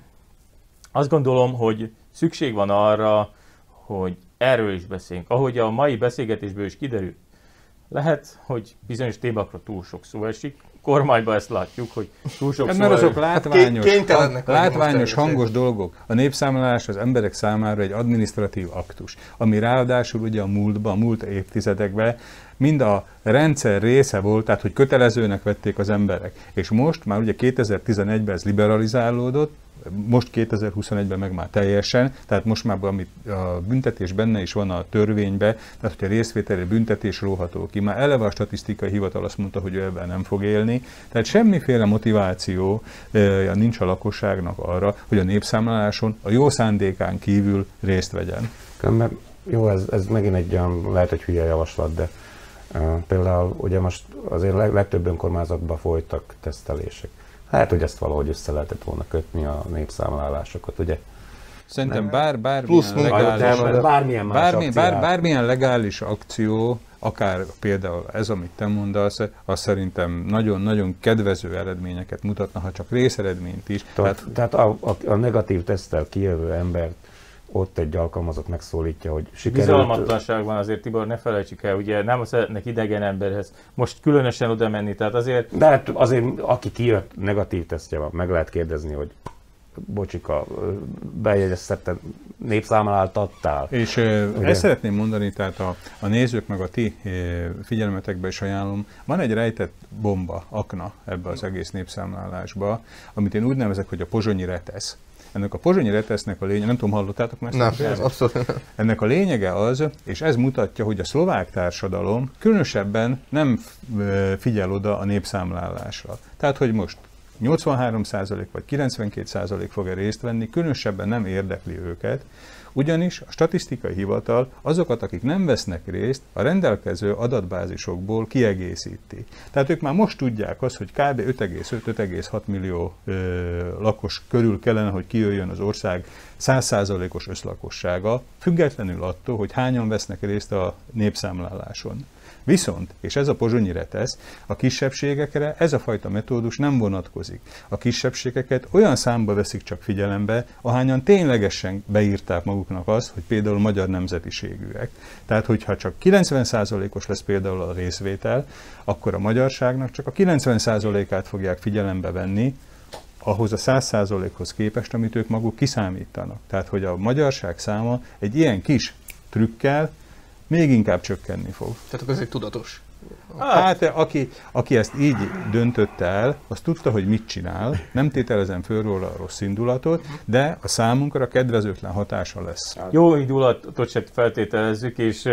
azt gondolom, hogy szükség van arra, hogy erről is beszéljünk. Ahogy a mai beszélgetésből is kiderül, lehet, hogy bizonyos témákra túl sok szó esik. Kormányban ezt látjuk, hogy túl sok hát szó mert azok látványos, Kénytelennek látványos hangos dolgok. A népszámlálás az emberek számára egy adminisztratív aktus, ami ráadásul ugye a múltban, a múlt évtizedekben mind a rendszer része volt, tehát hogy kötelezőnek vették az emberek. És most már ugye kétezer-tizenegyben ez liberalizálódott, most kétezer-huszonegyben meg már teljesen, tehát most már amit a büntetés benne is van a törvényben, tehát hogy a részvételi büntetés róható ki. Már eleve a statisztikai hivatal azt mondta, hogy ő ebben nem fog élni, tehát semmiféle motiváció e, nincs a lakosságnak arra, hogy a népszámláláson a jó szándékán kívül részt vegyen. Mert jó, ez, ez megint egy olyan, lehet, hogy hülye javaslat, de uh, például ugye most azért leg, legtöbb önkormányzatban folytak tesztelések. Lehet, hogy ezt valahogy össze lehetett volna kötni a népszámlálásokat, ugye? Szerintem bár, bármilyen, legális, nem, bármilyen, más bármi, bár, bármilyen legális akció, akár például ez, amit te mondasz, az szerintem nagyon-nagyon kedvező eredményeket mutatna, ha csak részeredményt is. Tehát, tehát a, a, a negatív teszttel kijövő embert ott egy alkalmazott megszólítja, hogy sikerült... Bizalmatlanság van azért, Tibor, ne felejtsük el, ugye nem szeretnek idegen emberhez most különösen oda menni, tehát azért... De hát azért, aki kijött, negatív tesztje van, meg lehet kérdezni, hogy bocsika, bejegyeztetted, népszámláltattál. És uh, ezt szeretném mondani, tehát a, a nézők meg a ti uh, figyelmetekbe is ajánlom, van egy rejtett bomba, akna ebbe az egész népszámlálásba, amit én úgy nevezek, hogy a pozsonyi retesz. Ennek a pozsonyi retesznek a lényege, nem tudom, hallottátok már? Nem, ez abszolút. Ennek a lényege az, és ez mutatja, hogy a szlovák társadalom különösebben nem figyel oda a népszámlálásra. Tehát, hogy most nyolcvanhárom százalék vagy kilencvenkét százalék fog-e részt venni, különösebben nem érdekli őket, ugyanis a statisztikai hivatal azokat, akik nem vesznek részt, a rendelkező adatbázisokból kiegészíti. Tehát ők már most tudják azt, hogy kb. öt egész öt - öt egész hat millió ö, lakos körül kellene, hogy kijöjjön az ország száz százalékos összlakossága, függetlenül attól, hogy hányan vesznek részt a népszámláláson. Viszont, és ez a pozsonyi retesz, a kisebbségekre ez a fajta metódus nem vonatkozik. A kisebbségeket olyan számba veszik csak figyelembe, ahányan ténylegesen beírták maguknak azt, hogy például magyar nemzetiségűek. Tehát, hogyha csak kilencven százalékos lesz például a részvétel, akkor a magyarságnak csak a kilencven százalékát fogják figyelembe venni, ahhoz a száz százalékhoz képest, amit ők maguk kiszámítanak. Tehát, hogy a magyarság száma egy ilyen kis trükkel még inkább csökkenni fog. Tehát ez egy tudatos. Hát, aki, aki ezt így döntötte el, az tudta, hogy mit csinál, nem tételezem föl róla a rossz indulatot, de a számunkra kedvezőtlen hatása lesz. Jó indulatot sem feltételezzük, és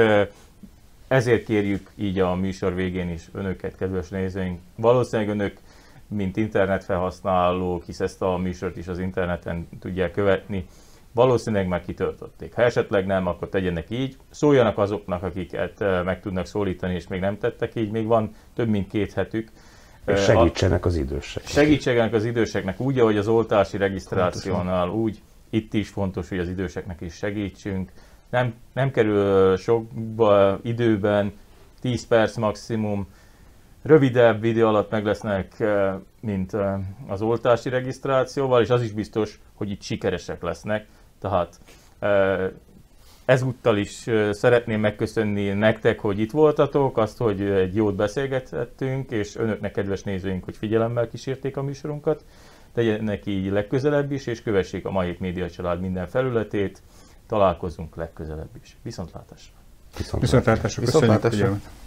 ezért kérjük így a műsor végén is önöket, kedves nézőink. Valószínűleg önök, mint internetfelhasználók, hisz ezt a műsort is az interneten tudják követni, valószínűleg már kitöltötték. Ha esetleg nem, akkor tegyenek így. Szóljanak azoknak, akiket meg tudnak szólítani, és még nem tettek így. Még van több mint két hetük. És segítsenek az idősek. Segítsenek az időseknek úgy, ahogy az oltási regisztrációnál, úgy itt is fontos, hogy az időseknek is segítsünk. Nem, nem kerül sokba időben, tíz perc maximum. Rövidebb idő alatt meg lesznek, mint az oltási regisztrációval, és az is biztos, hogy itt sikeresek lesznek. Tehát ezúttal is szeretném megköszönni nektek, hogy itt voltatok, azt, hogy egy jót beszélgethettünk, és önöknek, kedves nézőink, hogy figyelemmel kísérték a műsorunkat. Tegyenek így legközelebb is, és kövessék a Mahék Média Család minden felületét. Találkozunk legközelebb is. Viszontlátásra! Viszontlátásra! Köszönjük, figyelmet!